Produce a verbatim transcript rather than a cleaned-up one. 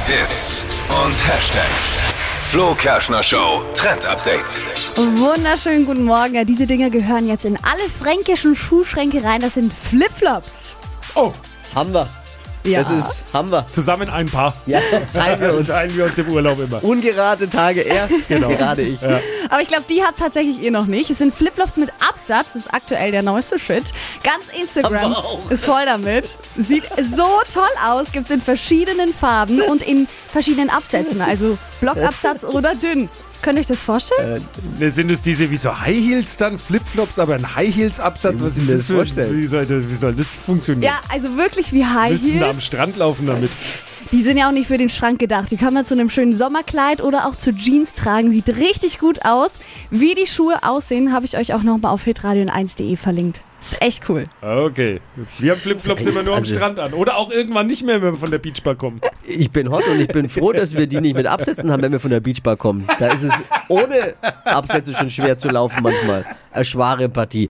Hits und Hashtags. Flo Kerschner Show Trend Update. Wunderschönen guten Morgen. Ja, diese Dinger gehören jetzt in alle fränkischen Schuhschränke rein. Das sind Flipflops. Oh, Haben wir. Ja. Das ist, haben wir. zusammen ein Paar. Ja, teilen wir uns. Teilen wir uns im Urlaub immer. Ungerade Tage er, Genau. gerade ich. Ja. Aber ich glaube, die habt tatsächlich ihr noch nicht. Es sind Flipflops mit Absatz. Das ist aktuell der neueste Shit. Ganz Instagram Haben wir auch. ist voll damit. Sieht so toll aus. Gibt es in verschiedenen Farben und in verschiedenen Absätzen. Also Blockabsatz oder dünn. Könnt ihr euch das vorstellen? Ne, sind es diese wie so High Heels dann? Flipflops, aber ein High Heels Absatz? Wie Was muss ich ist mir das das für, vorstellen? Wie soll das, wie soll das funktionieren? Ja, also wirklich wie High Willst du da am Heels. Strand laufen damit? Die sind ja auch nicht für den Schrank gedacht. Die kann man zu einem schönen Sommerkleid oder auch zu Jeans tragen. Sieht richtig gut aus. Wie die Schuhe aussehen, habe ich euch auch nochmal auf hitradio eins punkt de verlinkt. Ist echt cool. Okay. Wir haben Flipflops immer nur am Also- Strand an. Oder auch irgendwann nicht mehr, wenn wir von der Beachbar kommen. Ich bin hot und ich bin froh, dass wir die nicht mit Absätzen haben, wenn wir von der Beachbar kommen. Da ist es ohne Absätze schon schwer zu laufen manchmal. Eine schwere Partie.